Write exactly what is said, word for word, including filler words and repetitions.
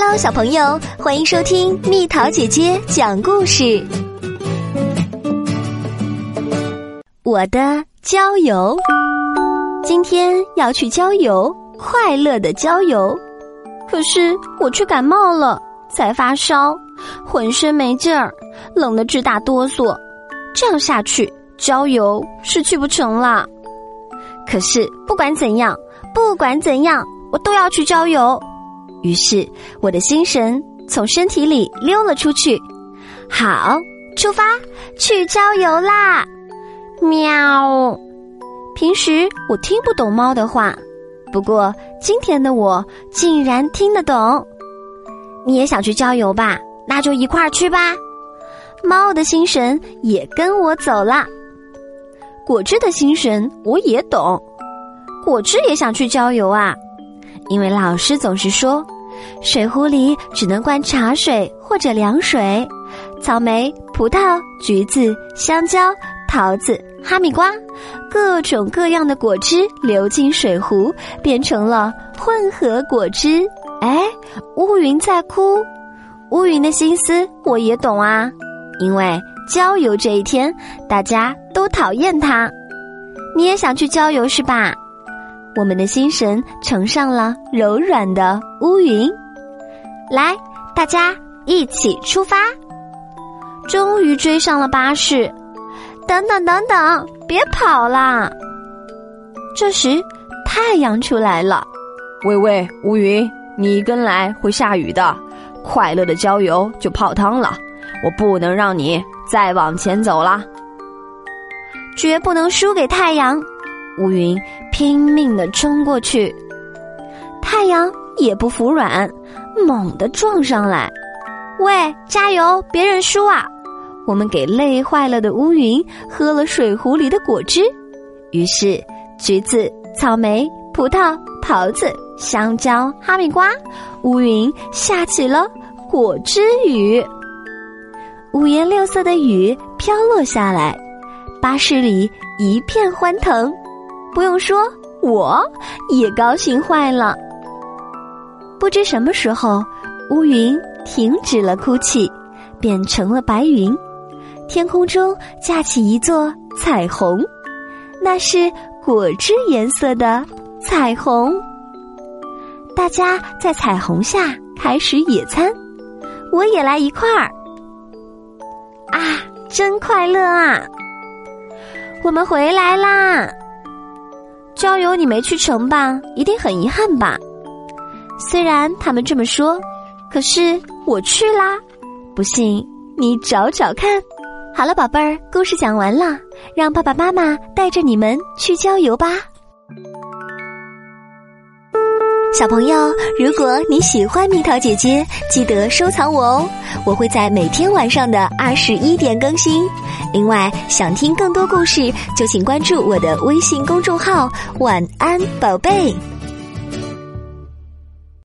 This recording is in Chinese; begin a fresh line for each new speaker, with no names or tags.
Hello， 小朋友，欢迎收听蜜桃姐姐讲故事。我的郊游，今天要去郊游，快乐的郊游。可是我却感冒了，才发烧，浑身没劲儿，冷得直打哆嗦。这样下去，郊游是去不成了。可是不管怎样，不管怎样，我都要去郊游。于是我的心神从身体里溜了出去。好，出发，去郊游啦！喵。平时我听不懂猫的话，不过今天的我竟然听得懂。你也想去郊游吧？那就一块儿去吧。猫的心神也跟我走了。果汁的心神我也懂，果汁也想去郊游啊。因为老师总是说，水壶里只能灌茶水或者凉水，草莓、葡萄、橘子、香蕉、桃子、哈密瓜，各种各样的果汁流进水壶，变成了混合果汁。哎，乌云在哭，乌云的心思我也懂啊，因为郊游这一天，大家都讨厌它。你也想去郊游是吧？我们的心神乘上了柔软的乌云，来，大家一起出发。终于追上了巴士，等等等等，别跑啦！这时太阳出来了。
喂喂，乌云，你跟来会下雨的，快乐的郊游就泡汤了，我不能让你再往前走啦。
绝不能输给太阳。乌云拼命地冲过去，太阳也不服软，猛地撞上来。喂，加油，别认输啊！我们给累坏了的乌云喝了水壶里的果汁，于是橘子、草莓、葡萄、桃子、香蕉、哈密瓜，乌云下起了果汁雨。五颜六色的雨飘落下来，巴士里一片欢腾。不用说，我也高兴坏了。不知什么时候，乌云停止了哭泣，变成了白云，天空中架起一座彩虹，那是果汁颜色的彩虹。大家在彩虹下开始野餐，我也来一块儿。啊，真快乐啊！我们回来啦！郊游你没去成吧？一定很遗憾吧？虽然他们这么说，可是我去啦！不信你找找看。好了，宝贝儿，故事讲完了，让爸爸妈妈带着你们去郊游吧。小朋友，如果你喜欢蜜桃姐姐，记得收藏我哦，我会在每天晚上的二十一点更新。另外，想听更多故事，就请关注我的微信公众号“晚安宝贝”。